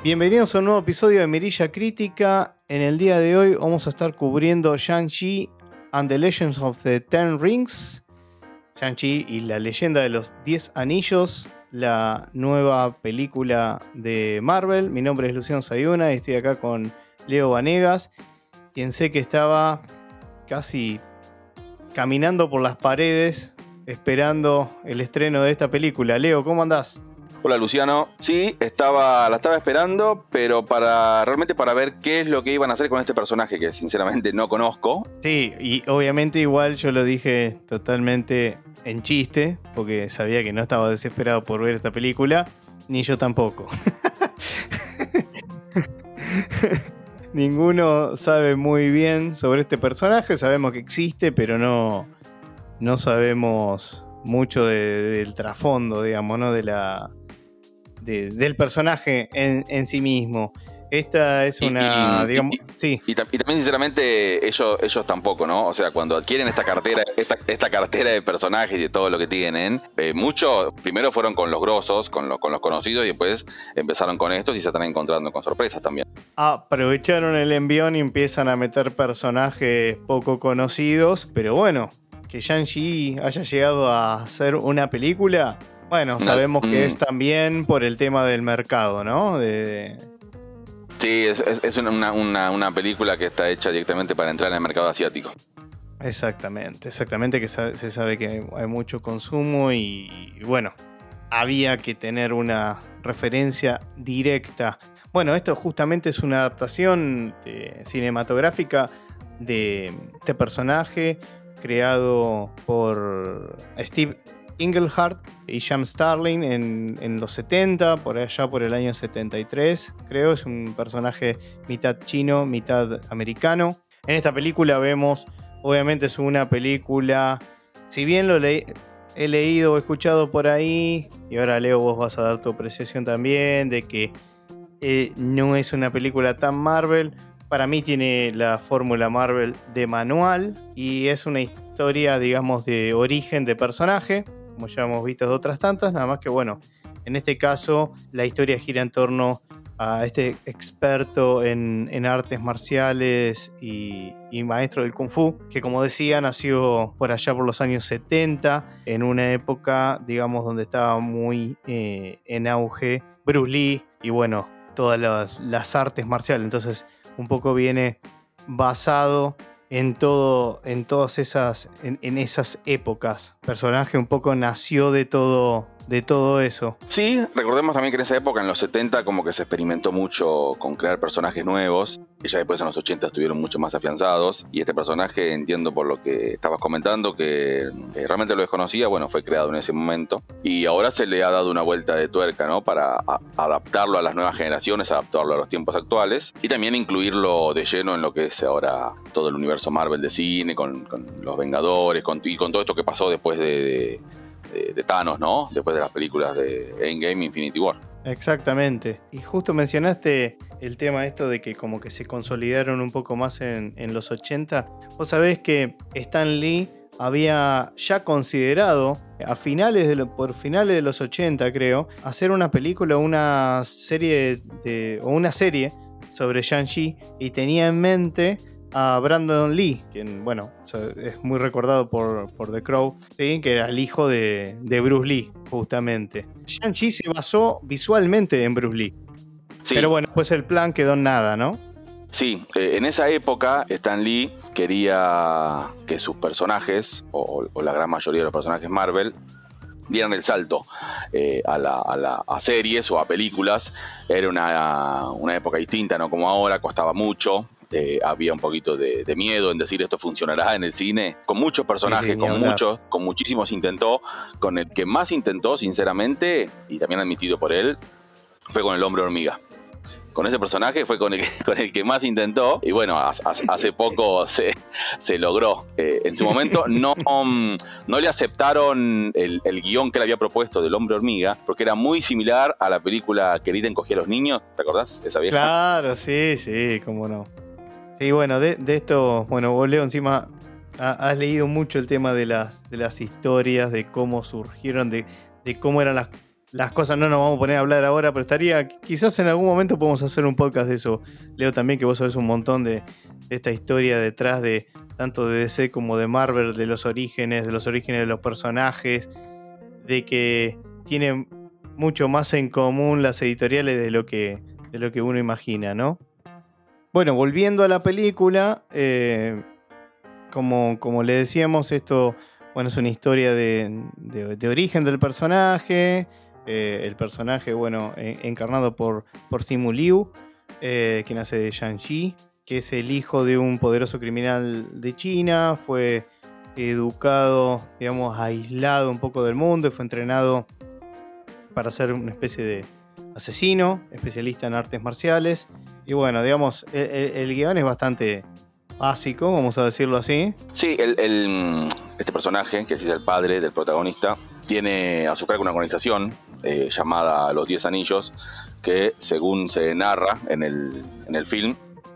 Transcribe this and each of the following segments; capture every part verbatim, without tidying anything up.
Bienvenidos a un nuevo episodio de Mirilla Crítica. En el día de hoy vamos a estar cubriendo Shang-Chi and the Legends of the Ten Rings. Shang-Chi y la leyenda de los Diez Anillos, la nueva película de Marvel. Mi nombre es Luciano Sayuna y estoy acá con Leo Vanegas, quien sé que estaba casi caminando por las paredes esperando el estreno de esta película. Leo, ¿cómo andás? Hola Luciano, sí, estaba, la estaba esperando, pero para realmente para ver qué es lo que iban a hacer con este personaje que sinceramente no conozco. Sí, y obviamente igual yo lo dije totalmente en chiste, porque sabía que no estaba desesperado por ver esta película, ni yo tampoco. Ninguno sabe muy bien sobre este personaje, sabemos que existe, pero no, no sabemos mucho de, del trasfondo, digamos, ¿no? De la... De, del personaje en, en sí mismo. Esta es una, y, y, digamos, y, sí. Y, y también sinceramente ellos, ellos tampoco, ¿no? O sea, cuando adquieren esta cartera, esta, esta cartera de personajes y de todo lo que tienen, eh, muchos primero fueron con los grosos, con, lo, con los conocidos, y después empezaron con estos y se están encontrando con sorpresas también. Aprovecharon el envión y empiezan a meter personajes poco conocidos, pero bueno, que Shang-Chi haya llegado a hacer una película. Bueno, sabemos no, que mm. es también por el tema del mercado, ¿no? De... Sí, es, es, es una, una, una película que está hecha directamente para entrar en el mercado asiático. Exactamente, exactamente, que sabe, se sabe que hay, hay mucho consumo y, y bueno, había que tener una referencia directa. Bueno, esto justamente es una adaptación de, cinematográfica de este personaje creado por Steve Englehart y Jim Starlin en, en los setenta, por allá por el año setenta y tres, creo. Es un personaje mitad chino, mitad americano. En esta película vemos, obviamente es una película, si bien lo le, he leído o escuchado por ahí, y ahora Leo vos vas a dar tu apreciación también, de que eh, no es una película tan Marvel. Para mí tiene la fórmula Marvel de manual y es una historia, digamos, de origen de personaje, como ya hemos visto de otras tantas, nada más que bueno, en este caso la historia gira en torno a este experto en, en artes marciales y, y maestro del Kung Fu, que como decía nació por allá por los años setenta, en una época, digamos, donde estaba muy eh, en auge Bruce Lee y bueno, todas las, las artes marciales. Entonces un poco viene basado en todo, en todas esas, en, en esas épocas. El personaje un poco nació de todo, de todo eso. Sí, recordemos también que en esa época, en los setenta, como que se experimentó mucho con crear personajes nuevos, que ya después en los ochenta estuvieron mucho más afianzados, y este personaje, entiendo por lo que estabas comentando, que eh, realmente lo desconocía, bueno, fue creado en ese momento, y ahora se le ha dado una vuelta de tuerca, ¿no? Para a, adaptarlo a las nuevas generaciones, adaptarlo a los tiempos actuales, y también incluirlo de lleno en lo que es ahora todo el universo Marvel de cine, con, con los Vengadores, con, y con todo esto que pasó después de, de De, de Thanos, ¿no? Después de las películas de Endgame, Infinity War. Exactamente. Y justo mencionaste el tema esto de que como que se consolidaron un poco más en, en los ochenta. Vos sabés que Stan Lee había ya considerado a finales de lo, por finales de los ochenta, creo, hacer una película, una serie de, o una serie sobre Shang-Chi, y tenía en mente a Brandon Lee, quien, bueno, es muy recordado por, por The Crow, ¿sí? Que era el hijo de, de Bruce Lee, justamente. Shang-Chi se basó visualmente en Bruce Lee. Sí. Pero bueno, pues el plan quedó en nada, ¿no? Sí, eh, en esa época Stan Lee quería que sus personajes, o, o la gran mayoría de los personajes Marvel, dieran el salto eh, a, la, a, la, a series o a películas. Era una, una época distinta, no como ahora, costaba mucho. Eh, había un poquito de, de miedo en decir esto funcionará en el cine. Con muchos personajes, sí, con muchos, con muchísimos intentó. Con el que más intentó, sinceramente, y también admitido por él, fue con el Hombre Hormiga. Con ese personaje fue con el, con el que más intentó, y bueno, hace, hace poco se, se logró. Eh, en su momento no, no le aceptaron el, el guión que él había propuesto del Hombre Hormiga, porque era muy similar a la película Querida encogía a los niños, ¿te acordás? Esa vieja. Claro, sí, sí, cómo no. Sí, bueno, de, de esto, bueno, vos, Leo, encima ha, has leído mucho el tema de las, de las historias, de cómo surgieron, de, de cómo eran las las cosas no nos vamos a poner a hablar ahora, pero estaría, quizás en algún momento podemos hacer un podcast de eso. Leo, también que vos sabés un montón de, de esta historia detrás de tanto de D C como de Marvel, de los orígenes, de los orígenes de los personajes, de que tienen mucho más en común las editoriales de lo que, de lo que uno imagina, ¿no? Bueno, volviendo a la película, eh, como, como le decíamos, esto, bueno, es una historia de, de, de origen del personaje. Eh, el personaje, bueno, eh, encarnado por, por Simu Liu, eh, quien hace de Shang-Chi, que es el hijo de un poderoso criminal de China. Fue educado, digamos, aislado un poco del mundo y fue entrenado para ser una especie de asesino, especialista en artes marciales. Y bueno, digamos, el, el, el guión es bastante básico, vamos a decirlo así. Sí, el, el, este personaje, que es el padre del protagonista, tiene a su cargo una organización eh, llamada Los Diez Anillos, que según se narra en el, en el film,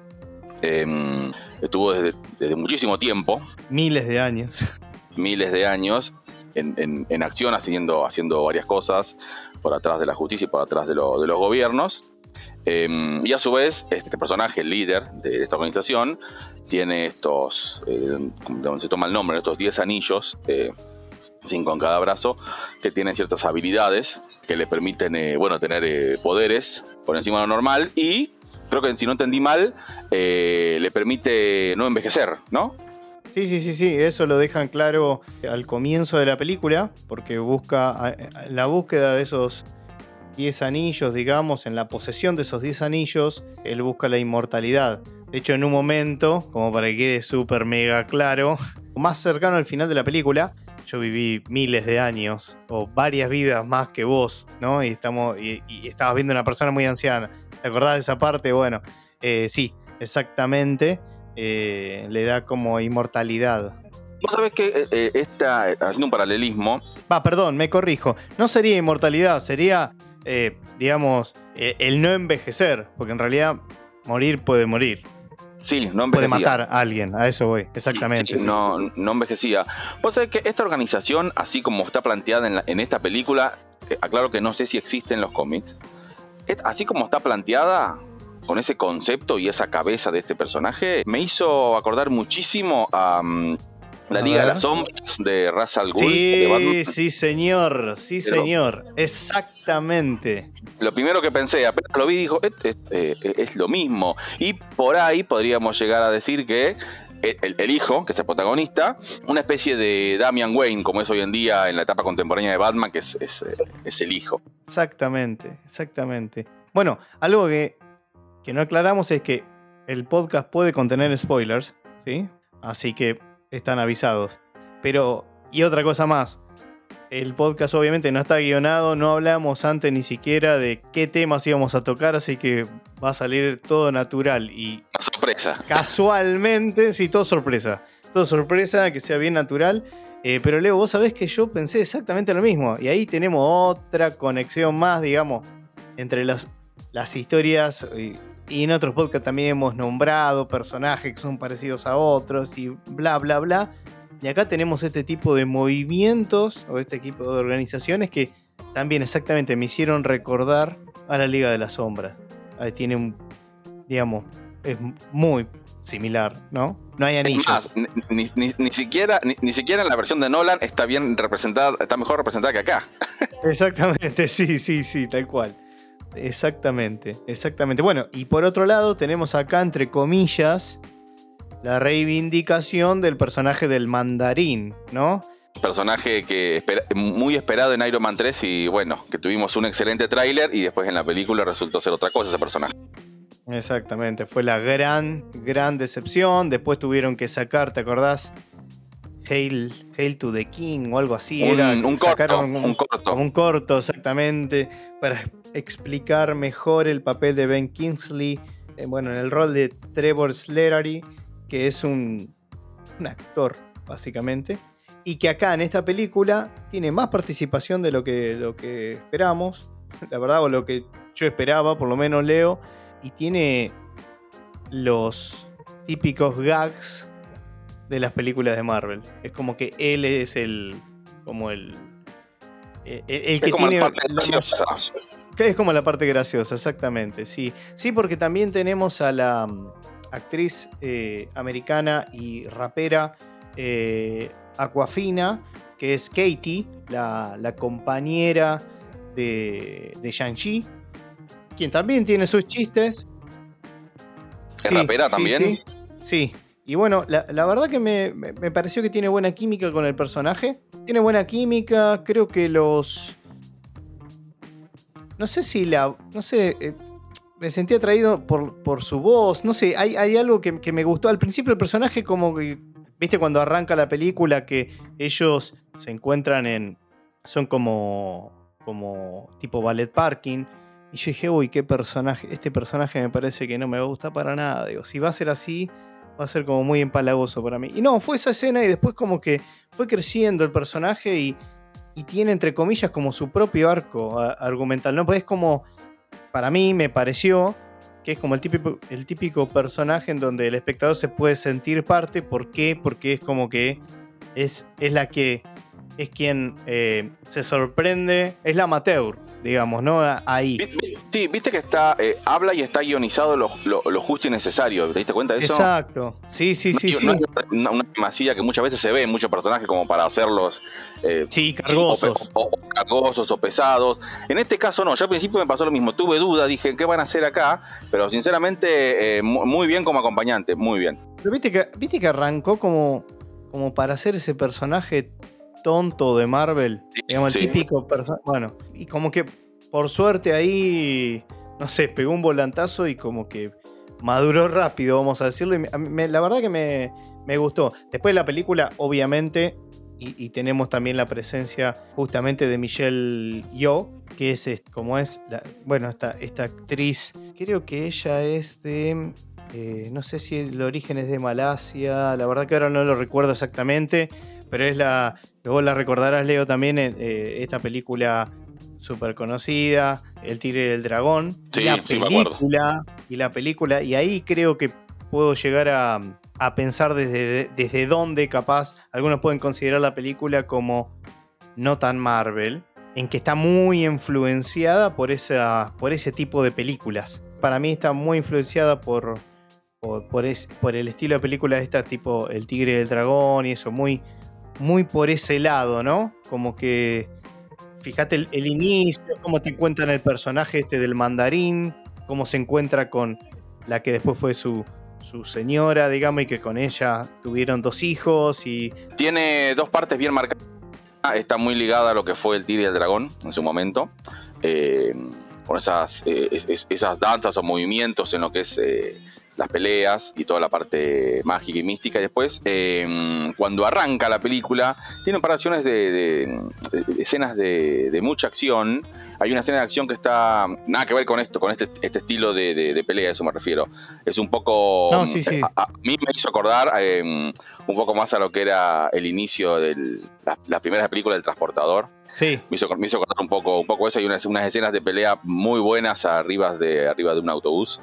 eh, estuvo desde, desde muchísimo tiempo. Miles de años. Miles de años en, en, en acción, haciendo, haciendo varias cosas por atrás de la justicia y por atrás de, lo, de los gobiernos. Eh, y a su vez, este personaje, el líder de esta organización, tiene estos, eh, donde se toma el nombre, estos diez anillos, eh, cinco en cada brazo, que tienen ciertas habilidades que le permiten, eh, bueno, tener eh, poderes por encima de lo normal y, creo que si no entendí mal, eh, le permite no envejecer, ¿no? Sí, sí, sí, sí, eso lo dejan claro al comienzo de la película, porque busca la búsqueda de esos diez anillos, digamos, en la posesión de esos diez anillos, él busca la inmortalidad. De hecho, en un momento, como para que quede súper mega claro, más cercano al final de la película, yo viví miles de años, o varias vidas más que vos, ¿no? Y, estamos, y, y estabas viendo una persona muy anciana. ¿Te acordás de esa parte? Bueno, eh, sí, exactamente. Eh, le da como inmortalidad. Vos sabés que eh, esta, haciendo un paralelismo... Va, perdón, me corrijo. No sería inmortalidad, sería, eh, digamos, eh, el no envejecer, porque en realidad morir puede morir. Sí, no envejecía. Puede matar a alguien, a eso voy, exactamente. Sí, sí. No, no envejecía. Vos sabés que esta organización, así como está planteada en, la, en esta película, eh, aclaro que no sé si existe en los cómics, es, así como está planteada, con ese concepto y esa cabeza de este personaje, me hizo acordar muchísimo a um, la Liga de las Sombras de Ra's al Ghul. Sí, de Batman. sí señor, sí Pero, señor, exactamente. Lo primero que pensé, apenas lo vi, dijo, es, es, es, es lo mismo. Y por ahí podríamos llegar a decir que el, el hijo, que es el protagonista, una especie de Damian Wayne, como es hoy en día en la etapa contemporánea de Batman, que es, es, es el hijo. Exactamente, exactamente. Bueno, algo que, que no aclaramos es que el podcast puede contener spoilers, ¿sí? Así que están avisados. Pero, y otra cosa más, el podcast obviamente no está guionado, no hablamos antes ni siquiera de qué temas íbamos a tocar, así que va a salir todo natural y... Una sorpresa. Casualmente, sí, todo sorpresa. Todo sorpresa, que sea bien natural. Eh, pero Leo, vos sabés que yo pensé exactamente lo mismo. Y ahí tenemos otra conexión más, digamos, entre las, las historias... Y, y en otros podcasts también hemos nombrado personajes que son parecidos a otros y bla, bla, bla. Y acá tenemos este tipo de movimientos o este tipo de organizaciones que también exactamente me hicieron recordar a la Liga de las Sombras. Ahí tiene un, digamos, es muy similar, ¿no? No hay anillos. Es más, ni, ni, ni, siquiera, ni, ni siquiera en la versión de Nolan está bien representada, está mejor representada que acá. Exactamente, sí, sí, sí, tal cual. Exactamente, exactamente. Bueno, y por otro lado tenemos acá, entre comillas, la reivindicación del personaje del Mandarín, ¿no? Personaje que espera, muy esperado en Iron Man tres y bueno, que tuvimos un excelente tráiler y después en la película resultó ser otra cosa ese personaje. Exactamente, fue la gran, gran decepción. Después tuvieron que sacar, ¿te acordás? Hail, Hail to the King o algo así. Un, Era, un, corto, un, un corto. Un corto, exactamente, para explicar mejor el papel de Ben Kingsley, eh, bueno, en el rol de Trevor Slattery, que es un, un actor, básicamente, y que acá en esta película tiene más participación de lo que, lo que esperamos, la verdad, o lo que yo esperaba, por lo menos Leo, y tiene los típicos gags de las películas de Marvel. Es como que él es el como el eh, el que es como tiene... la parte graciosa. Que es como la parte graciosa, exactamente, sí. Sí, porque también tenemos a la um, actriz eh, americana y rapera eh, Aquafina, que es Katie, la, la compañera de, de Shang-Chi, quien también tiene sus chistes. ¿Es sí, rapera sí, también? Sí, sí. Y bueno, la, la verdad que me, me, me pareció que tiene buena química con el personaje. Tiene buena química, creo que los... No sé si la... No sé... Eh, me sentí atraído por, por su voz. No sé, hay, hay algo que, que me gustó. Al principio el personaje como que... ¿Viste cuando arranca la película que ellos se encuentran en... Son como... Como tipo ballet parking. Y yo dije, uy, qué personaje. Este personaje me parece que no me gusta para nada. Digo, si va a ser así, va a ser como muy empalagoso para mí. Y no, fue esa escena y después como que fue creciendo el personaje y... Y tiene, entre comillas, como su propio arco a, argumental, ¿no? Pues es como, para mí me pareció que es como el típico, el típico personaje en donde el espectador se puede sentir parte. ¿Por qué? Porque es como que es, es la que es quien eh, se sorprende, es la amateur, digamos, ¿no? Ahí. Sí, viste que está, eh, habla y está guionizado lo, lo, lo justo y necesario. ¿Te diste cuenta de eso? Exacto. Sí, sí, no, sí, no, sí. No es una, una masilla que muchas veces se ve en muchos personajes como para hacerlos eh, sí, cargosos. O, o, o cargosos o pesados. En este caso no, yo al principio me pasó lo mismo. Tuve duda, dije, ¿qué van a hacer acá? Pero sinceramente, eh, muy bien como acompañante, muy bien. Pero viste que, viste que arrancó como, como para hacer ese personaje tonto de Marvel, sí, digamos, el sí. típico personaje. Bueno, y como que por suerte ahí, no sé, pegó un volantazo y como que maduró rápido, vamos a decirlo. Y me, me, la verdad que me, me gustó. Después de la película, obviamente, y, y tenemos también la presencia justamente de Michelle Yeoh, que es como es, la, bueno, esta, esta actriz, creo que ella es de... Eh, no sé si el origen es de Malasia, la verdad que ahora no lo recuerdo exactamente, pero es la... Luego la recordarás, Leo, también eh, esta película súper conocida, El Tigre y el Dragón. Sí, y la sí, película, y la película, y ahí creo que puedo llegar a, a pensar desde, desde dónde capaz algunos pueden considerar la película como no tan Marvel, en que está muy influenciada por, esa, por ese tipo de películas. Para mí está muy influenciada por, por, por, es, por el estilo de película de esta, tipo El Tigre y el Dragón y eso, muy... muy por ese lado, ¿no? Como que, fíjate el, el inicio, cómo te cuentan el personaje este del mandarín, cómo se encuentra con la que después fue su, su señora, digamos, y que con ella tuvieron dos hijos y... Tiene dos partes bien marcadas. Está muy ligada a lo que fue El Tigre y el Dragón en su momento, eh, con esas, eh, es, esas danzas o movimientos en lo que es... Eh, las peleas y toda la parte mágica y mística. Y después, eh, cuando arranca la película, tiene operaciones de, de, de escenas de, de mucha acción. Hay una escena de acción que está nada que ver con esto, con este, este estilo de, de, de pelea, a eso me refiero. Es un poco... No, sí, sí. A, a mí me hizo acordar eh, un poco más a lo que era el inicio de las la primeras películas del Transportador. Sí. Me hizo, me hizo acordar un poco, un poco eso. Hay unas, unas escenas de pelea muy buenas arriba de, arriba de un autobús.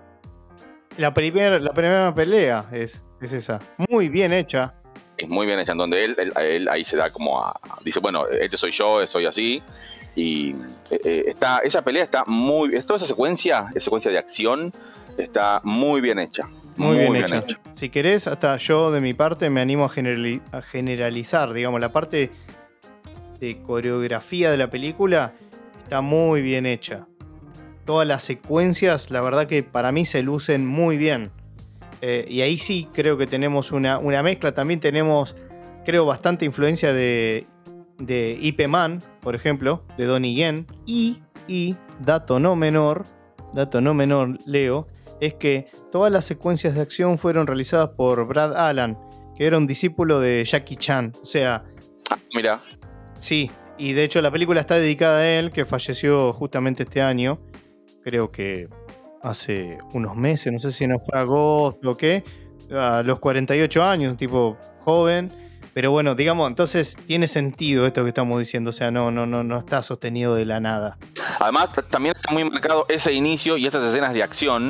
La primera, la primera pelea es, es esa. Muy bien hecha. Es muy bien hecha, en donde él, él, él ahí se da como a... Dice, bueno, este soy yo, soy así. Y eh, está, esa pelea está muy... Toda esa secuencia, esa secuencia de acción, está muy bien hecha. Muy, muy bien, bien hecha. hecha. Si querés, hasta yo de mi parte me animo a, generali a generalizar, digamos, la parte de coreografía de la película está muy bien hecha. Todas las secuencias, la verdad que para mí se lucen muy bien. Eh, y ahí sí creo que tenemos una, una mezcla. También tenemos, creo, bastante influencia de, de Ip Man, por ejemplo, de Donnie Yen. Y, y, dato no menor, dato no menor, Leo, es que todas las secuencias de acción fueron realizadas por Brad Allan, que era un discípulo de Jackie Chan. O sea... Ah, mira. Sí, y de hecho la película está dedicada a él, que falleció justamente este año. Creo que hace unos meses, no sé si no fue agosto o qué, a los cuarenta y ocho años, un tipo joven, pero bueno, digamos, entonces tiene sentido esto que estamos diciendo, o sea, no, no, no, no está sostenido de la nada. Además, también está muy marcado ese inicio y esas escenas de acción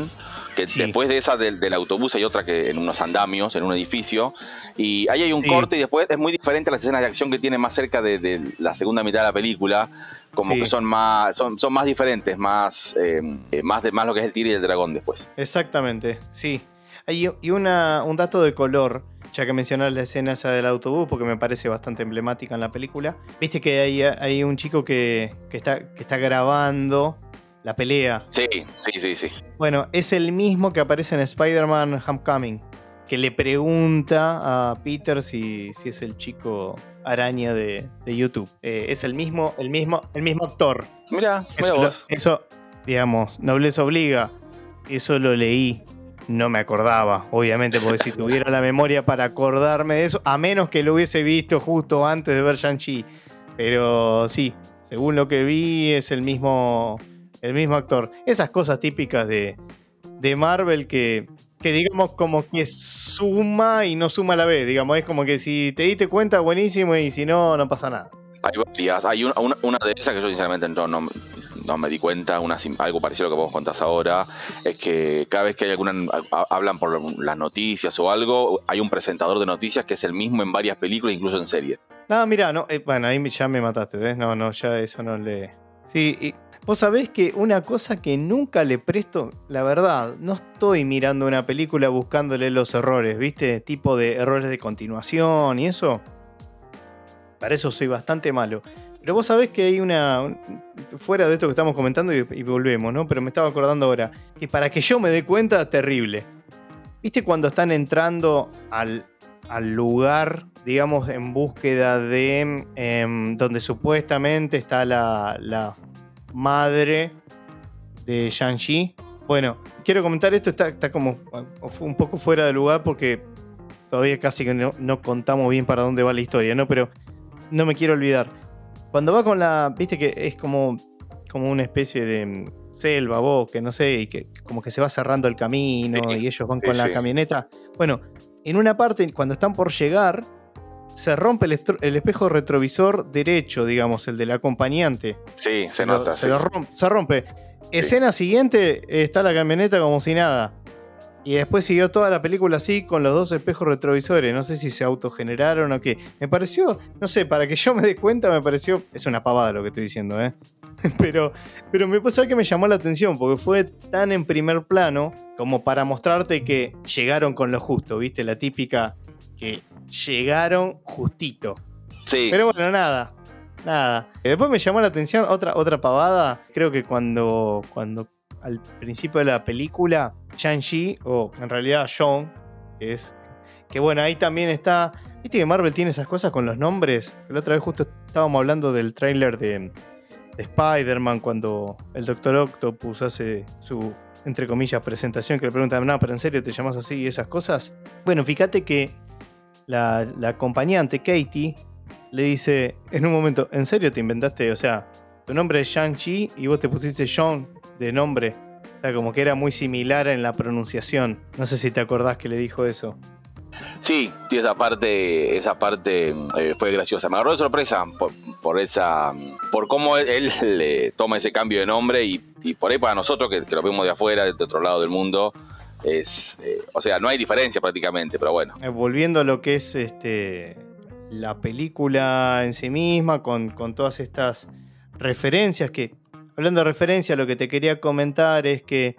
que Sí. después de esa del, del autobús hay otra que en unos andamios, en un edificio, y ahí hay un Sí. corte y después es muy diferente a las escenas de acción que tiene más cerca de, de la segunda mitad de la película, como Sí. que son más, son, son más diferentes, más, eh, más, de, más lo que es el tigre y el dragón después. Exactamente, sí. Hay, y una, un dato de color, ya que mencionas la escena esa del autobús, porque me parece bastante emblemática en la película. Viste que hay, hay un chico que, que, está, que está grabando la pelea. Sí, sí, sí, sí. Bueno, es el mismo que aparece en Spider-Man Homecoming, que le pregunta a Peter si, si es el chico araña de, de YouTube. Eh, es el mismo, el mismo, el mismo actor. Mira, mira Eso, lo- vos. eso, digamos, nobleza obliga. Eso lo leí. No me acordaba, obviamente, porque si tuviera la memoria para acordarme de eso, a menos que lo hubiese visto justo antes de ver Shang-Chi. Pero sí, según lo que vi, es el mismo, el mismo actor. Esas cosas típicas de, de Marvel que, que, digamos, como que suma y no suma a la vez. Digamos, es como que si te diste cuenta, buenísimo, y si no, no pasa nada. Hay varias, hay una, una, una de esas que yo sinceramente no, no, no me di cuenta, una, sim- algo parecido a lo que vos contás ahora, es que cada vez que hay alguna, a- hablan por las noticias o algo, hay un presentador de noticias que es el mismo en varias películas, incluso en series. No, mira, no, eh, bueno, ahí me- ya me mataste, ¿ves? No, no, ya eso no le... Sí, y vos sabés que una cosa que nunca le presto, la verdad, no estoy mirando una película buscándole los errores, ¿viste? Tipo de errores de continuación y eso. Para eso soy bastante malo. Pero vos sabés que hay una... un- fuera de esto que estamos comentando y, y volvemos, ¿no? Pero me estaba acordando ahora, que para que yo me dé cuenta, terrible. ¿Viste cuando están entrando al, al lugar, digamos, en búsqueda de em, donde supuestamente está la, la madre de Shang-Chi? Bueno, quiero comentar esto, está, está como un poco fuera de lugar porque todavía casi que no, no contamos bien para dónde va la historia, ¿no? Pero no me quiero olvidar. Cuando va con la... Viste que es como, como una especie de mm, selva, bosque, no sé, y que como que se va cerrando el camino Sí, y ellos van sí, con la sí. camioneta. Bueno, en una parte, cuando están por llegar, se rompe el, estro- el espejo retrovisor derecho, digamos, el del acompañante. Sí, se Lo- nota, se, sí. lo rom- se rompe. Escena siguiente, eh, está la camioneta como si nada. Y después siguió toda la película así con los dos espejos retrovisores. No sé si se autogeneraron o qué. Me pareció, no sé, para que yo me dé cuenta, me pareció. Es una pavada lo que estoy diciendo, ¿eh? Pero, pero me pasó que me llamó la atención porque fue tan en primer plano como para mostrarte que llegaron con lo justo, ¿viste? La típica que llegaron justito. Sí, Pero bueno, nada. Nada. Y después me llamó la atención otra, otra pavada. Creo que cuando, cuando al principio de la película, Shang-Chi, o en realidad Sean, que es. Que bueno, ahí también está. ¿Viste que Marvel tiene esas cosas con los nombres? La otra vez justo estábamos hablando del tráiler de, de Spider-Man cuando el Doctor Octopus hace su, entre comillas, presentación, que le preguntan, no, pero en serio te llamas así y esas cosas. Bueno, fíjate que la, la acompañante, Katie, le dice en un momento, ¿en serio te inventaste? O sea, tu nombre es Shang-Chi y vos te pusiste Sean de nombre. O sea, como que era muy similar en la pronunciación. No sé si te acordás que le dijo eso. sí, sí, esa parte, esa parte eh, fue graciosa. Me agarró de sorpresa por, por esa, por cómo él, él le toma ese cambio de nombre y, y por ahí para nosotros que, que lo vemos de afuera, de otro lado del mundo, es, eh, o sea, no hay diferencia prácticamente, pero bueno. Eh, Volviendo a lo que es este, la película en sí misma, con, con todas estas referencias que, hablando de referencias, lo que te quería comentar es que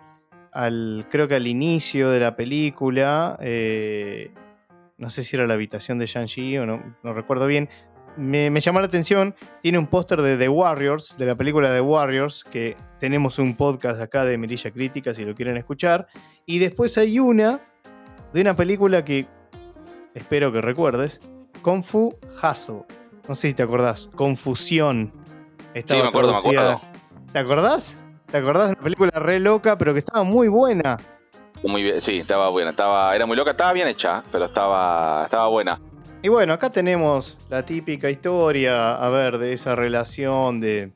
al, creo que al inicio de la película, eh, no sé si era la habitación de Shang-Chi o no, no recuerdo bien, me, me llamó la atención, tiene un póster de The Warriors, de la película The Warriors, que tenemos un podcast acá de Mirilla Crítica si lo quieren escuchar, y después hay una de una película que espero que recuerdes, Kung Fu Hustle. No sé si te acordás, Confusión. Estaba Sí, me acuerdo, me traducida. acuerdo. ¿Te acordás? ¿Te acordás de una película re loca, pero que estaba muy buena? Muy bien, sí, estaba buena, estaba, era muy loca, estaba bien hecha, pero estaba, estaba buena. Y bueno, acá tenemos la típica historia, a ver, de esa relación de,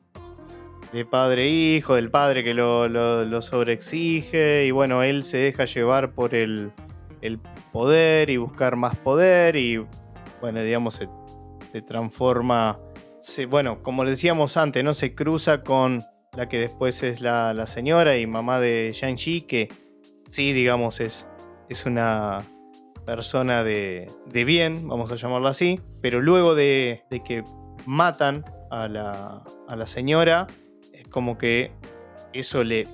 de padre e hijo, del padre que lo, lo, lo sobreexige, y bueno, él se deja llevar por el, el poder y buscar más poder, y bueno, digamos, se, se transforma, se, bueno, como decíamos antes, ¿no? Se cruza con la que después es la, la señora y mamá de Shang-Chi, que sí, digamos, es, es una persona de, de bien, vamos a llamarlo así, pero luego de, de que matan a la, a la señora, es como que eso le,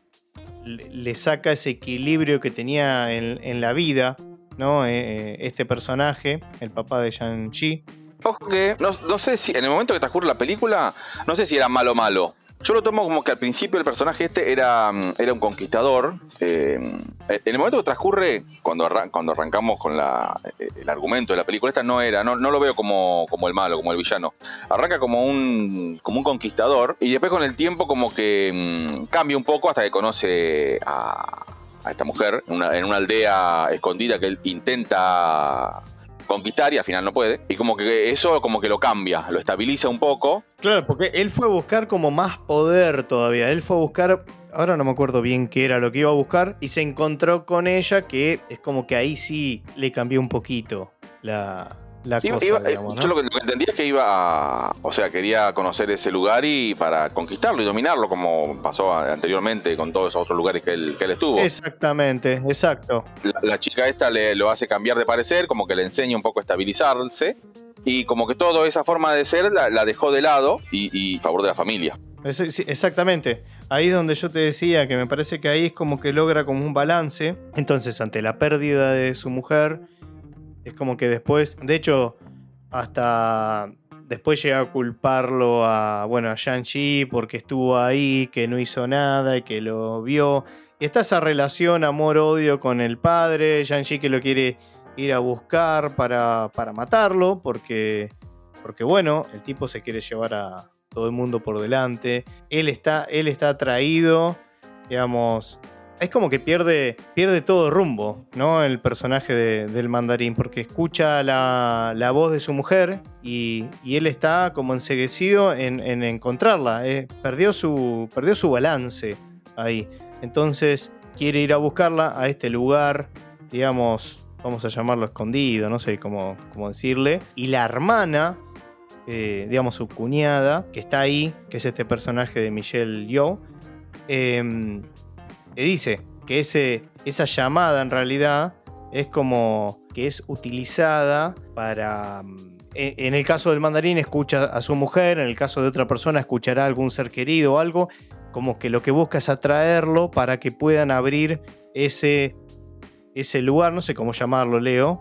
le, le saca ese equilibrio que tenía en, en la vida, ¿no? Eh, este personaje, el papá de Shang-Chi. Ojo que, no, no sé si en el momento que transcurre la película, no sé si era malo o malo. Yo lo tomo como que al principio el personaje este era, era un conquistador. Eh, en el momento que transcurre, cuando, arran cuando arrancamos con la, el argumento de la película, esta no era, no, no lo veo como, como el malo, como el villano. Arranca como un, como un conquistador y después con el tiempo como que mmm, cambia un poco hasta que conoce a, a esta mujer en una, en una aldea escondida que él intenta conquistar y al final no puede, y como que eso como que lo cambia, lo estabiliza un poco. Claro, porque él fue a buscar como más poder todavía, él fue a buscar, ahora no me acuerdo bien qué era lo que iba a buscar, y se encontró con ella, que es como que ahí sí le cambió un poquito la, la sí, cosa, iba, digamos, ¿no? Yo lo que, lo que entendía es que iba a, o sea, quería conocer ese lugar y para conquistarlo y dominarlo, como pasó anteriormente con todos esos otros lugares que él, que él estuvo. Exactamente, exacto. La, la chica esta le, lo hace cambiar de parecer, como que le enseña un poco a estabilizarse, y como que toda esa forma de ser la, la dejó de lado y, y a favor de la familia. Eso, sí, exactamente. Ahí es donde yo te decía que me parece que ahí es como que logra como un balance. Entonces, ante la pérdida de su mujer, es como que después, de hecho, hasta después llega a culparlo a, bueno, a Shang-Chi porque estuvo ahí, que no hizo nada y que lo vio. Y está esa relación amor-odio con el padre, Shang-Chi que lo quiere ir a buscar para, para matarlo, porque, porque, bueno, el tipo se quiere llevar a todo el mundo por delante. Él está, él está atraído, digamos. Es como que pierde, pierde todo rumbo, ¿no? El personaje de, del mandarín, porque escucha la, la voz de su mujer y, y él está como enceguecido en, en encontrarla. Eh, perdió, su, perdió su balance ahí. Entonces quiere ir a buscarla a este lugar, digamos, vamos a llamarlo escondido, no sé cómo, cómo decirle. Y la hermana, eh, digamos su cuñada, que está ahí, que es este personaje de Michelle Yeoh, eh, le dice que ese, esa llamada en realidad es como que es utilizada para... En el caso del mandarín escucha a su mujer, en el caso de otra persona escuchará a algún ser querido o algo, como que lo que busca es atraerlo para que puedan abrir ese, ese lugar, no sé cómo llamarlo, Leo.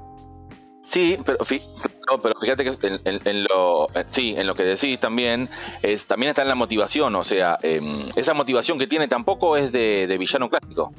Sí, pero, no, pero fíjate que en, en, en lo sí, en lo que decís también es también está en la motivación, o sea, eh, esa motivación que tiene tampoco es de, de villano clásico.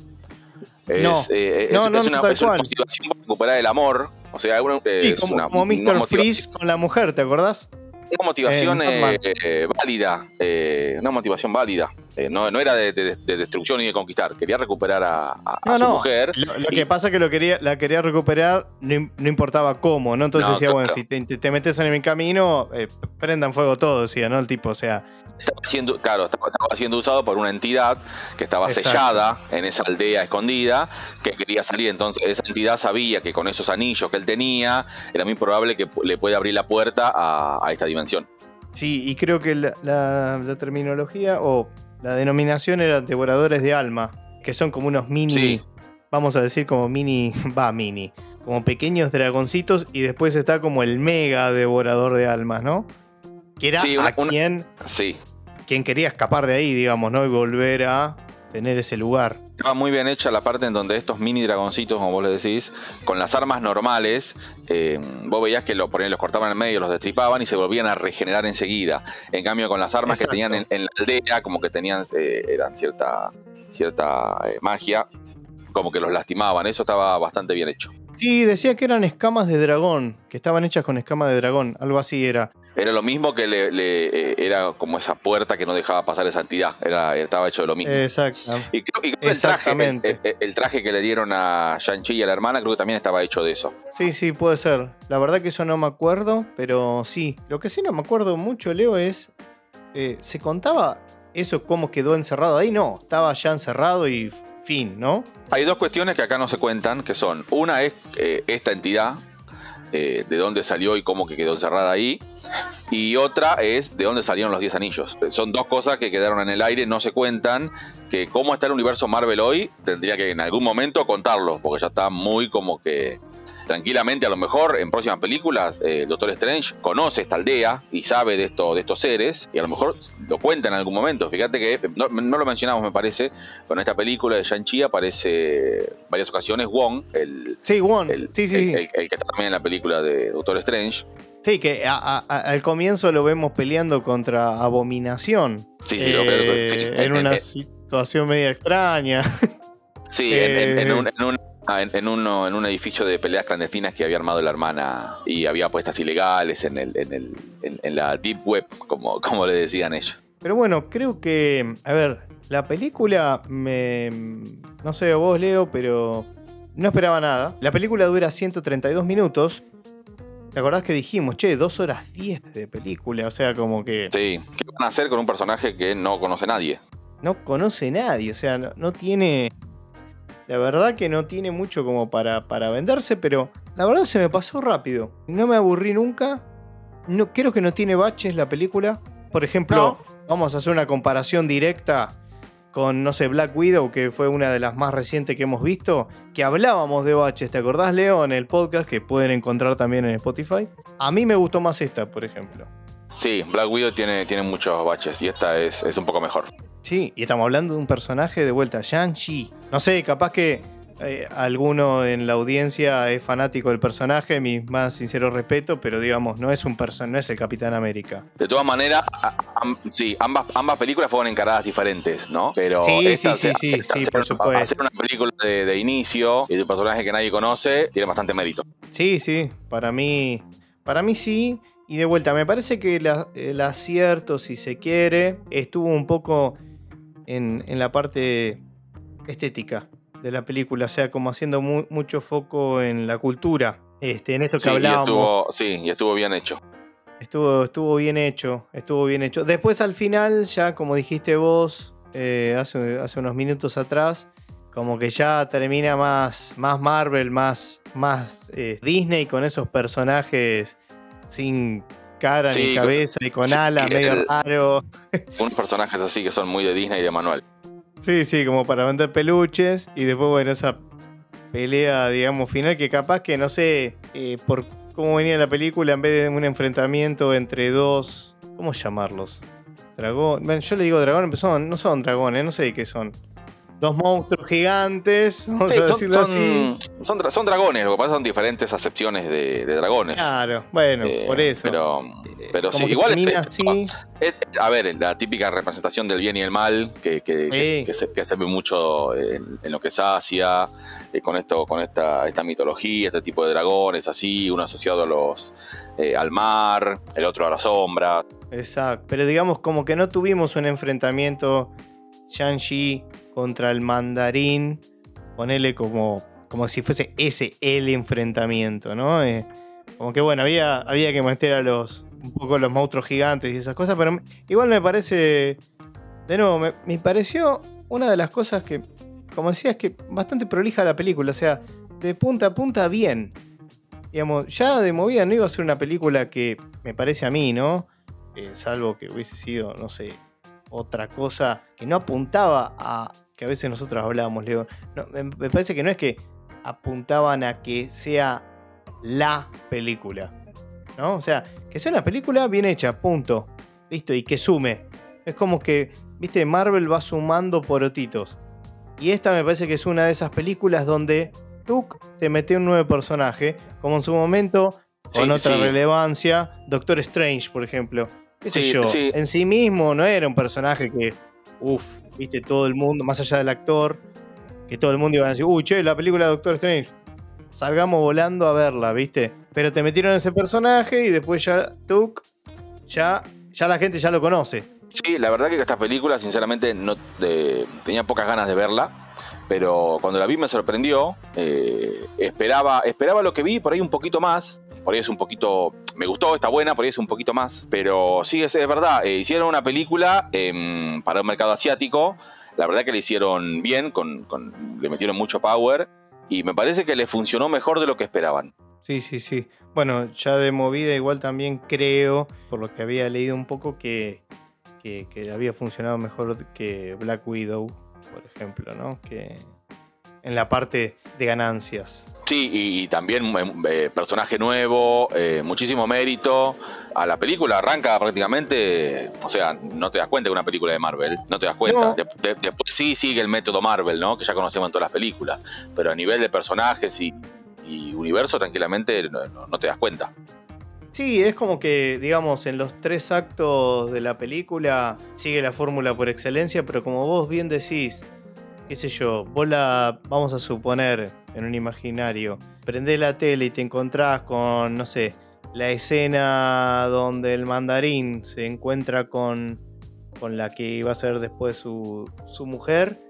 Es, no, eh, no, es, no, es, una, no, es una motivación para recuperar el amor, o sea, una, sí, es como, una, como míster Freeze con la mujer, ¿te acordás? Una motivación eh, eh, válida, eh, una motivación válida. Eh, no, no era de, de, de destrucción ni de conquistar, quería recuperar a, a, no, a su no. mujer. Lo, lo y... que pasa es que lo quería, la quería recuperar, no, no importaba cómo, ¿no? Entonces no, decía, claro. bueno, si te, te metes en mi camino, eh, prendan fuego todo, decía, ¿no? El tipo, o sea... Estaba siendo, claro, estaba, estaba siendo usado por una entidad que estaba Exacto. sellada en esa aldea escondida, que quería salir. Entonces esa entidad sabía que con esos anillos que él tenía, era muy probable que le pueda abrir la puerta a, a esta dimensión. Sí, y creo que la, la, la terminología o la denominación era devoradores de alma, que son como unos mini, sí. Vamos a decir como mini, va mini, como pequeños dragoncitos, y después está como el mega devorador de almas, ¿no? Que era sí, una, a quien, una, sí. quien quería escapar de ahí, digamos, ¿no? Y volver a tener ese lugar. Estaba muy bien hecha la parte en donde estos mini dragoncitos, como vos le decís, con las armas normales, eh, vos veías que lo, ponían, los cortaban en medio, los destripaban y se volvían a regenerar enseguida. En cambio, con las armas Exacto. que tenían en, en la aldea, como que tenían, eh, eran cierta, cierta eh, magia, como que los lastimaban. Eso estaba bastante bien hecho. Sí, decía que eran escamas de dragón, que estaban hechas con escamas de dragón, algo así era. Era lo mismo que le, le eh, era como esa puerta que no dejaba pasar esa entidad, era, estaba hecho de lo mismo. Exacto. Y creo, y creo Exactamente. El traje, el, el, el traje que le dieron a Shang-Chi y a la hermana, creo que también estaba hecho de eso. Sí, sí, puede ser. La verdad que eso no me acuerdo, pero sí. Lo que sí no me acuerdo mucho, Leo, es... Eh, ¿se contaba eso cómo quedó encerrado ahí? No, estaba ya encerrado y... fin, ¿no? Hay dos cuestiones que acá no se cuentan, que son, una es eh, esta entidad, eh, de dónde salió y cómo que quedó encerrada ahí. Y otra es de dónde salieron los diez anillos. Son dos cosas que quedaron en el aire, no se cuentan. Que cómo está el universo Marvel hoy, tendría que en algún momento contarlo, porque ya está muy como que... Tranquilamente, a lo mejor en próximas películas, eh, el Doctor Strange conoce esta aldea y sabe de, esto, de estos seres, y a lo mejor lo cuenta en algún momento. Fíjate que, no, no lo mencionamos me parece, pero en esta película de Shang-Chi aparece varias ocasiones Wong, el, sí, Wong. el, sí, sí, el, sí. el, el que está también en la película de Doctor Strange. Sí, que a, a, a, al comienzo lo vemos peleando contra Abominación. Sí, sí, eh, lo veo, sí, en, en una eh, situación media extraña. Sí, eh, en, en, en, un, en, un, en, en, uno, en un edificio de peleas clandestinas que había armado la hermana y había apuestas ilegales en, el, en, el, en, en la Deep Web, como, como le decían ellos. Pero bueno, creo que, a ver, la película me... No sé vos, Leo, pero no esperaba nada. La película dura ciento treinta y dos minutos. ¿Te acordás que dijimos, che, dos horas diez de película? O sea, como que... Sí, ¿qué van a hacer con un personaje que no conoce nadie? No conoce nadie, o sea, no, no tiene... La verdad que no tiene mucho como para, para venderse, pero la verdad se me pasó rápido. No me aburrí nunca. No, creo que no tiene baches la película. Por ejemplo, no. Vamos a hacer una comparación directa con, no sé, Black Widow, que fue una de las más recientes que hemos visto, que hablábamos de baches, ¿te acordás, Leo? En el podcast, que pueden encontrar también en Spotify. A mí me gustó más esta, por ejemplo. Sí, Black Widow tiene, tiene muchos baches y esta es, es un poco mejor. Sí, y estamos hablando de un personaje de vuelta, Shang-Chi. No sé, capaz que eh, alguno en la audiencia es fanático del personaje, mi más sincero respeto, pero digamos, no es un person- no es el Capitán América. De todas maneras, sí, ambas, ambas películas fueron encaradas diferentes, ¿no? Pero sí, esta, sí, sí, esta, sí, sí, hacer, por supuesto. Hacer una película de, de inicio y de un personaje que nadie conoce tiene bastante mérito. Sí, sí, para mí, para mí sí. Y de vuelta, me parece que la, el acierto, si se quiere, estuvo un poco en, en la parte estética de la película, o sea, como haciendo mu- mucho foco en la cultura, este, en esto que sí, hablábamos. Y estuvo, sí, y estuvo bien hecho. Estuvo, estuvo bien hecho, estuvo bien hecho. Después al final, ya como dijiste vos, eh, hace, hace unos minutos atrás, como que ya termina más, más Marvel, más, más eh, Disney con esos personajes sin cara sí, ni cabeza y con sí, alas, medio el, raro. Unos personajes así que son muy de Disney y de manual. Sí, sí, como para vender peluches. Y después, bueno, esa pelea, digamos, final que capaz que, no sé, eh, por cómo venía la película, en vez de un enfrentamiento entre dos... ¿Cómo llamarlos? Dragón. Bueno, yo le digo dragón, pero son, no son dragones, no sé qué son. Dos monstruos gigantes, vamos sí, a decirlo son, así. Son, son, son dragones, lo que pasa son diferentes acepciones de, de dragones. Claro, bueno, eh, por eso. Pero, pero sí, igual es, así. es, a ver, la típica representación del bien y el mal, que, que, sí. que, que, se, que se ve mucho en, en lo que es Asia, eh, con esto, con esta, esta mitología, este tipo de dragones, así, uno asociado a los eh, al mar, el otro a la sombra. Exacto, pero digamos como que no tuvimos un enfrentamiento Shang-Chi contra el mandarín, ponele como, como si fuese ese el enfrentamiento, ¿no? Eh, como que bueno, había, había que meter a los un poco los monstruos gigantes y esas cosas, pero igual me parece, de nuevo, me, me pareció una de las cosas que, como decía, es que bastante prolija la película, o sea, de punta a punta bien. Digamos, ya de movida no iba a ser una película que, me parece a mí, ¿no? Eh, salvo que hubiese sido, no sé, otra cosa que no apuntaba a... que a veces nosotros hablábamos, Leo. No, me, me parece que no es que apuntaban a que sea la película, ¿no? O sea, que sea una película bien hecha, punto. Listo, y que sume. Es como que, viste, Marvel va sumando porotitos. Y esta me parece que es una de esas películas donde tuk, te mete un nuevo personaje, como en su momento, con sí, otra sí. relevancia, Doctor Strange, por ejemplo. ¿Qué sé sí, yo? Sí. En sí mismo no era un personaje que, uff, viste, todo el mundo, más allá del actor, que todo el mundo iba a decir, uy, che, la película de Doctor Strange, salgamos volando a verla, viste. Pero te metieron ese personaje y después ya, tuk, ya, ya la gente ya lo conoce. Sí, la verdad que esta película, sinceramente, no eh, tenía pocas ganas de verla, pero cuando la vi me sorprendió. Eh, esperaba, esperaba lo que vi, por ahí un poquito más. Por ahí es un poquito... Me gustó, está buena, por ahí es un poquito más. Pero sí, es, es verdad. Eh, hicieron una película eh, para un mercado asiático. La verdad que le hicieron bien, con, con, le metieron mucho power. Y me parece que le funcionó mejor de lo que esperaban. Sí, sí, sí. Bueno, ya de movida igual también creo, por lo que había leído un poco, que, que, que había funcionado mejor que Black Widow, por ejemplo, ¿no? Que en la parte de ganancias. Sí, y, y también eh, personaje nuevo, eh, muchísimo mérito. A la película arranca prácticamente, o sea, no te das cuenta que es una película de Marvel, no te das cuenta. No. De, de, después sí sigue el método Marvel, ¿no? Que ya conocemos en todas las películas. Pero a nivel de personajes y, y universo, tranquilamente no, no, no te das cuenta. Sí, es como que, digamos, en los tres actos de la película sigue la fórmula por excelencia, pero como vos bien decís, qué sé yo, vos la, vamos a suponer, en un imaginario, prendés la tele y te encontrás con, no sé, la escena donde el mandarín se encuentra con, con la que iba a ser después su, su mujer,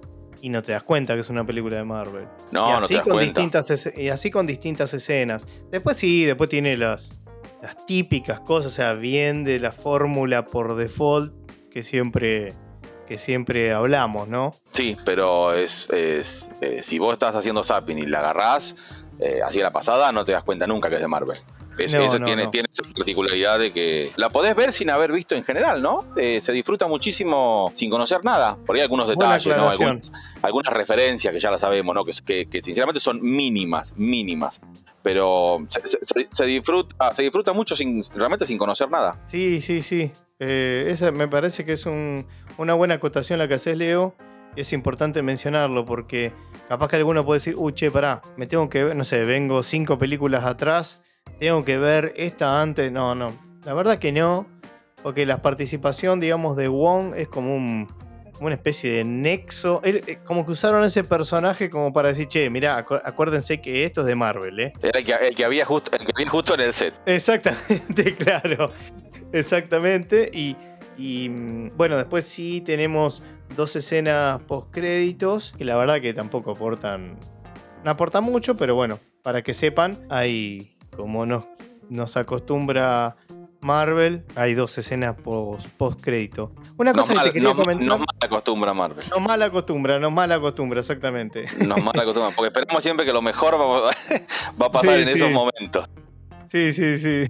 y no te das cuenta que es una película de Marvel. No, y así no te das con cuenta. distintas Y así con distintas escenas. Después sí, después tiene las, las típicas cosas, o sea, bien de la fórmula por default que siempre... que siempre hablamos, ¿no? Sí, pero es, es eh, si vos estás haciendo zapping y la agarrás, eh, así a la pasada, no te das cuenta nunca que es de Marvel. Es, No, eso no, tiene, no. tiene esa particularidad de que la podés ver sin haber visto en general, ¿no? Eh, se disfruta muchísimo sin conocer nada. Por ahí algunos Buena detalles, ¿no? aclaración. Algún, algunas referencias que ya las sabemos, ¿no? Que, que, que sinceramente son mínimas, mínimas. Pero se, se, se, disfruta, se disfruta mucho sin, realmente sin conocer nada. Sí, sí, sí. Eh, esa me parece que es un, una buena acotación la que haces, Leo. Y es importante mencionarlo porque capaz que alguno puede decir, uy, che, pará, me tengo que ver, no sé, vengo cinco películas atrás, tengo que ver esta antes. No, no. La verdad que no. Porque la participación, digamos, de Wong es como un... como una especie de nexo. Él, como que usaron ese personaje como para decir, che, mirá, acu- acuérdense que esto es de Marvel, ¿eh? Era el que, el que, había, justo, el que había justo en el set. Exactamente, claro. Exactamente. Y, y bueno, después sí tenemos dos escenas post-créditos que la verdad que tampoco aportan. No aportan mucho, pero bueno, para que sepan, hay, como nos, nos acostumbra Marvel, hay dos escenas post-crédito. Una cosa Nos que mal, te quería nos, comentar. nos mal acostumbra Marvel. Nos mal acostumbra, nos mal acostumbra, exactamente. Nos mal acostumbra, porque esperamos siempre que lo mejor va, va a pasar Sí, en sí. esos momentos. Sí, sí, sí.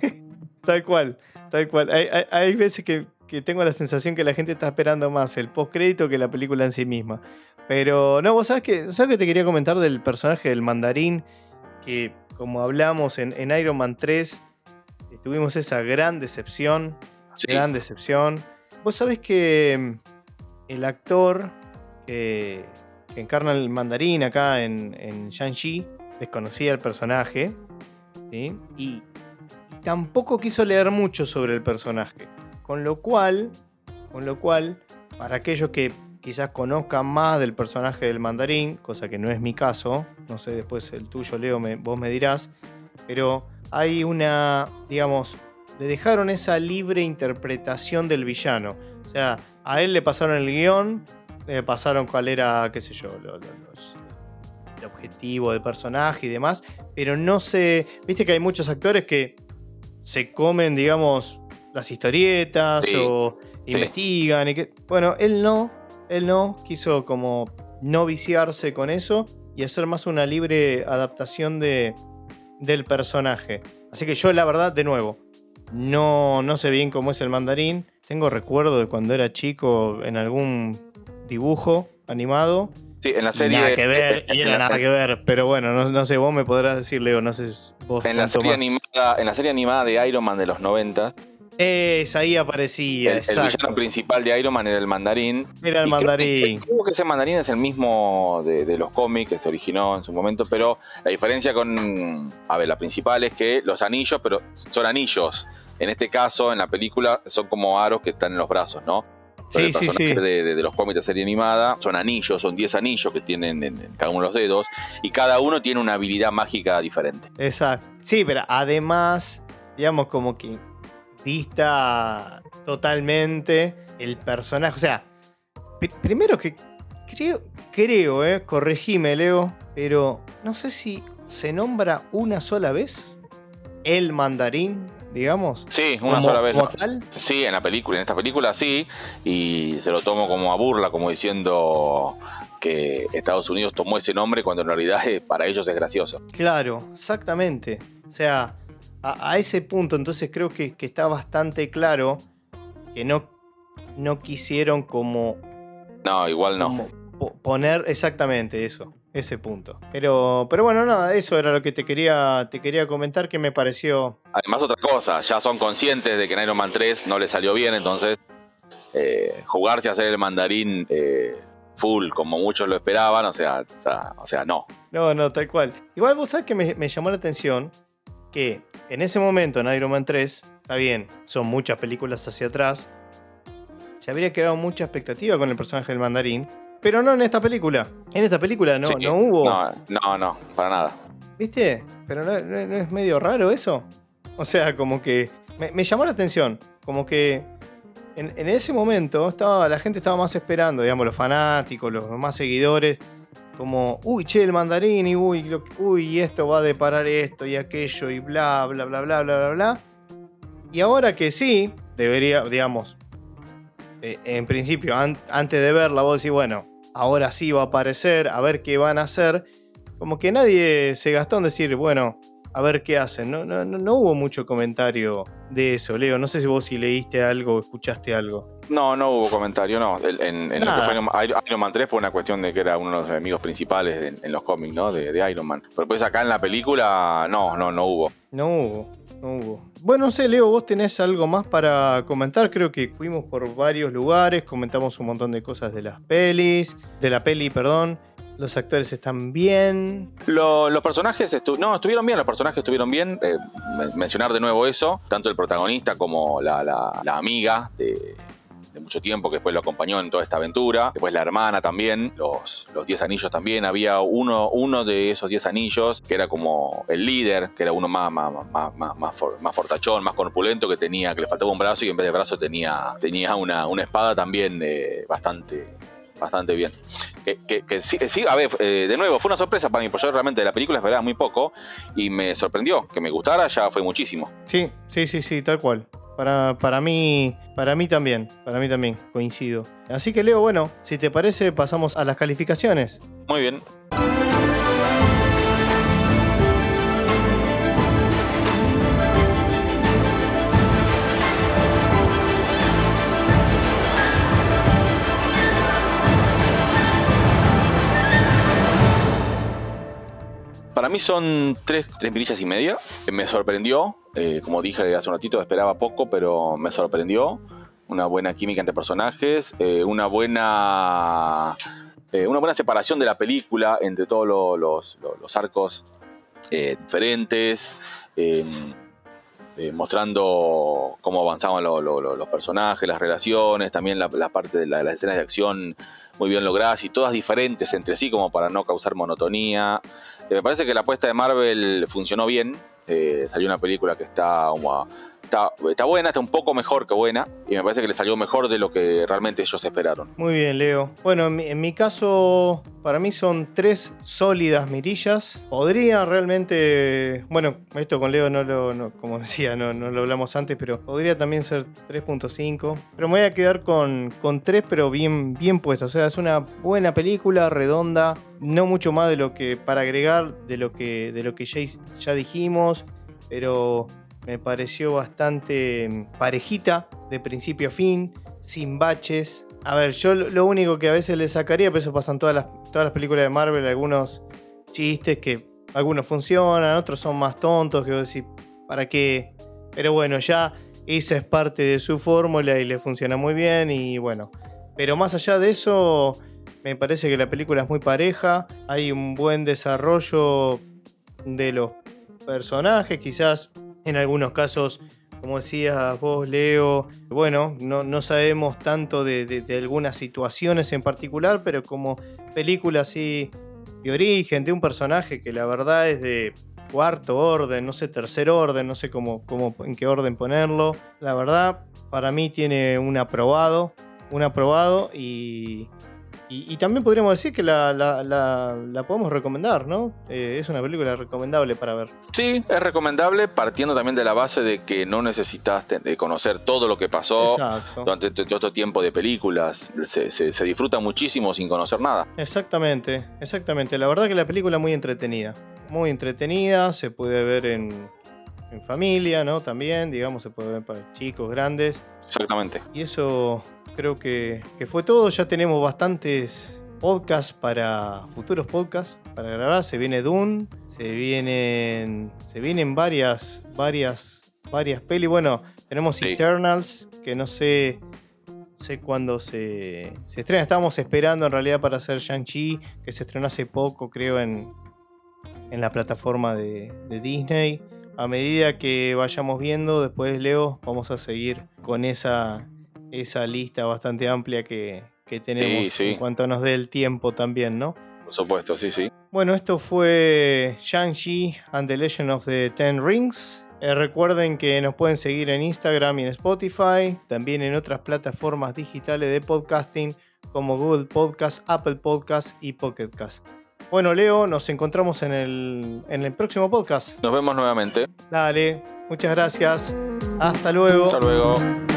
Tal cual, tal cual. Hay, hay, hay veces que, que tengo la sensación que la gente está esperando más el postcrédito que la película en sí misma. Pero no, vos sabés que, ¿sabés que te quería comentar del personaje del mandarín? Que como hablamos en, en Iron Man tres, eh, tuvimos esa gran decepción. Sí. Gran decepción. Vos sabés que el actor que, que encarna el mandarín acá en, en Shang-Chi desconocía el personaje, ¿sí? Y tampoco quiso leer mucho sobre el personaje. Con lo cual, con lo cual, para aquellos que quizás conozcan más del personaje del mandarín, cosa que no es mi caso, no sé, después el tuyo, Leo, me, vos me dirás, pero hay una, digamos, le dejaron esa libre interpretación del villano. O sea, a él le pasaron el guión, le pasaron cuál era, qué sé yo, lo, lo, los, el objetivo del personaje y demás, pero no sé, viste que hay muchos actores que se comen, digamos, las historietas, sí, o sí, investigan y que, bueno, él no, él no quiso como no viciarse con eso y hacer más una libre adaptación de, del personaje. Así que yo, la verdad, de nuevo, no, no sé bien cómo es el mandarín. Tengo recuerdo de cuando era chico en algún dibujo animado. Sí, en la serie. Nada que ver, y era nada que ver. Pero bueno, no, no sé, vos me podrás decir, Leo, no sé vos. En la, serie animada, en la serie animada de Iron Man de los noventa. Es, ahí aparecía, el, exacto. El villano principal de Iron Man era el mandarín. Era el y mandarín. Creo que, creo que ese mandarín es el mismo de, de los cómics que se originó en su momento, pero la diferencia con. A ver, la principal es que los anillos, pero son anillos. En este caso, en la película, son como aros que están en los brazos, ¿no? Pero sí, el personaje sí, sí. De, de, de los cómics de serie animada son anillos, son diez anillos que tienen en, en cada uno de los dedos y cada uno tiene una habilidad mágica diferente. Exacto. Sí, pero además, digamos, como que dista totalmente el personaje. O sea, pr- primero que creo, creo, eh, corregime, Leo, pero no sé si se nombra una sola vez el mandarín digamos. Sí, una como, sola vez. como No. tal. Sí, en la película, en esta película sí, y se lo tomo como a burla, como diciendo que Estados Unidos tomó ese nombre cuando en realidad eh, para ellos es gracioso. Claro, exactamente. O sea, a, a ese punto entonces creo que, que está bastante claro que no, no quisieron como, No, igual no. como po- poner exactamente eso, ese punto. Pero, pero bueno, nada, eso era lo que te quería, te quería comentar, que me pareció... Además, otra cosa, ya son conscientes de que en Iron Man tres no les salió bien, entonces eh, jugarse a hacer el mandarín eh, full como muchos lo esperaban, o sea, o sea, o sea, no. No, no, tal cual. Igual vos sabés que me, me llamó la atención que en ese momento en Iron Man tres, está bien, son muchas películas hacia atrás, se habría creado mucha expectativa con el personaje del mandarín, pero no en esta película. En esta película no, Sí, no hubo... No, no, no, para nada. ¿Viste? Pero no, no- no es medio raro eso. O sea, como que me, me llamó la atención. Como que en, en ese momento estaba, la gente estaba más esperando, digamos, los fanáticos, los más seguidores. Como, uy, che, el mandarín, y uy, lo que- uy, esto va a deparar esto y aquello, y bla, bla, bla, bla, bla, bla, bla. Y ahora que sí, debería, digamos, eh, en principio, an- antes de verla, vos decís, bueno, ahora sí va a aparecer, a ver qué van a hacer. Como que nadie se gastó en decir, bueno, a ver qué hacen. No, no, no, no hubo mucho comentario de eso, Leo. No sé si vos si leíste algo o escuchaste algo. No, no hubo comentario, no. El- En, en lo que Nada. fue Iron Man, Iron Man tres fue una cuestión de que era uno de los enemigos principales en, en los cómics, ¿no? De, de Iron Man. Pero pues acá en la película, no, no, no hubo. No hubo, no hubo. Bueno, no sé, Leo, vos tenés algo más para comentar. Creo que fuimos por varios lugares, comentamos un montón de cosas de las pelis, de la peli, perdón. Los actores están bien. Lo- los personajes estu- no, estuvieron bien, los personajes estuvieron bien. Eh, men- mencionar de nuevo eso, tanto el protagonista como la, la- la amiga de, de mucho tiempo que después lo acompañó en toda esta aventura. Después la hermana también, los, los diez anillos también. Había uno, uno de esos diez anillos que era como el líder, que era uno más, más, más, más, más, for- más fortachón, más corpulento, que tenía, que le faltaba un brazo y en vez de brazo tenía, tenía una, una espada también eh, bastante. Bastante bien. Que, que, que sí, sí, a ver, eh, de nuevo, fue una sorpresa para mí, porque yo realmente de la película esperaba muy poco y me sorprendió. Que me gustara ya fue muchísimo. Sí, sí, sí, sí, tal cual. Para, para mí, para mí también, para mí también, coincido. Así que Leo, bueno, si te parece, pasamos a las calificaciones. Muy bien. Para mí son tres, tres mirillas y media. Me sorprendió, eh, como dije hace un ratito, esperaba poco, pero me sorprendió. Una buena química entre personajes, eh, una buena eh, una buena separación de la película entre todos lo- los, los- los arcos eh, diferentes, eh, eh, mostrando cómo avanzaban lo- lo- lo- los personajes, las relaciones, también la, la parte de la- las escenas de acción muy bien logradas y todas diferentes entre sí como para no causar monotonía. Eh, me parece que la apuesta de Marvel funcionó bien. Eh, salió una película que está, como, está, está buena, está un poco mejor que buena y me parece que le salió mejor de lo que realmente ellos esperaron. Muy bien, Leo. Bueno, en mi, en mi caso, para mí son tres sólidas mirillas. Podría realmente, bueno, esto con Leo no lo, no, como decía, no, no lo hablamos antes, pero podría también ser tres punto cinco. Pero me voy a quedar con, con tres, pero bien, bien puesto. O sea, es una buena película, redonda, no mucho más de lo que para agregar de lo que, de lo que ya, ya dijimos, pero me pareció bastante parejita de principio a fin, sin baches. A ver, yo lo lo único que a veces le sacaría, pero eso pasa en todas las, todas las películas de Marvel, algunos chistes que algunos funcionan, otros son más tontos, que vos decís, ¿para qué? Pero bueno, ya esa es parte de su fórmula y le funciona muy bien y bueno. Pero más allá de eso, me parece que la película es muy pareja, hay un buen desarrollo de los personajes, quizás en algunos casos, como decías vos, Leo, bueno, no, no sabemos tanto de, de, de algunas situaciones en particular, pero como película así de origen, de un personaje que la verdad es de cuarto orden, no sé, tercer orden, no sé cómo, cómo, en qué orden ponerlo. La verdad, para mí tiene un aprobado, un aprobado y, Y, y también podríamos decir que la, la, la, la podemos recomendar, ¿no? Eh, es una película recomendable para ver. Sí, es recomendable, partiendo también de la base de que no necesitas de conocer todo lo que pasó Exacto. durante todo este tiempo de películas. Se, se, se disfruta muchísimo sin conocer nada. Exactamente, exactamente. La verdad que la película es muy entretenida. Muy entretenida, se puede ver en, en familia, ¿no? También, digamos, se puede ver para chicos, grandes. Exactamente. Y eso creo que, que fue todo. Ya tenemos bastantes podcasts para futuros podcasts para grabar. Se viene Dune, se vienen, se vienen varias, varias, varias pelis. Bueno, tenemos Sí. Eternals, que no sé, sé cuándo se, se estrena. Estábamos esperando en realidad para hacer Shang-Chi, que se estrenó hace poco, creo, en, en la plataforma de, de Disney. A medida que vayamos viendo, después Leo, vamos a seguir con esa, esa lista bastante amplia que, que tenemos Sí, sí. en cuanto nos dé el tiempo también, ¿no? Por supuesto, sí, sí. Bueno, esto fue Shang-Chi and the Legend of the Ten Rings. Eh, recuerden que nos pueden seguir en Instagram y en Spotify, también en otras plataformas digitales de podcasting como Google Podcast, Apple Podcast y Pocket Cast. Bueno, Leo, nos encontramos en el, en el próximo podcast. Nos vemos nuevamente. Dale, muchas gracias. Hasta luego. Hasta luego.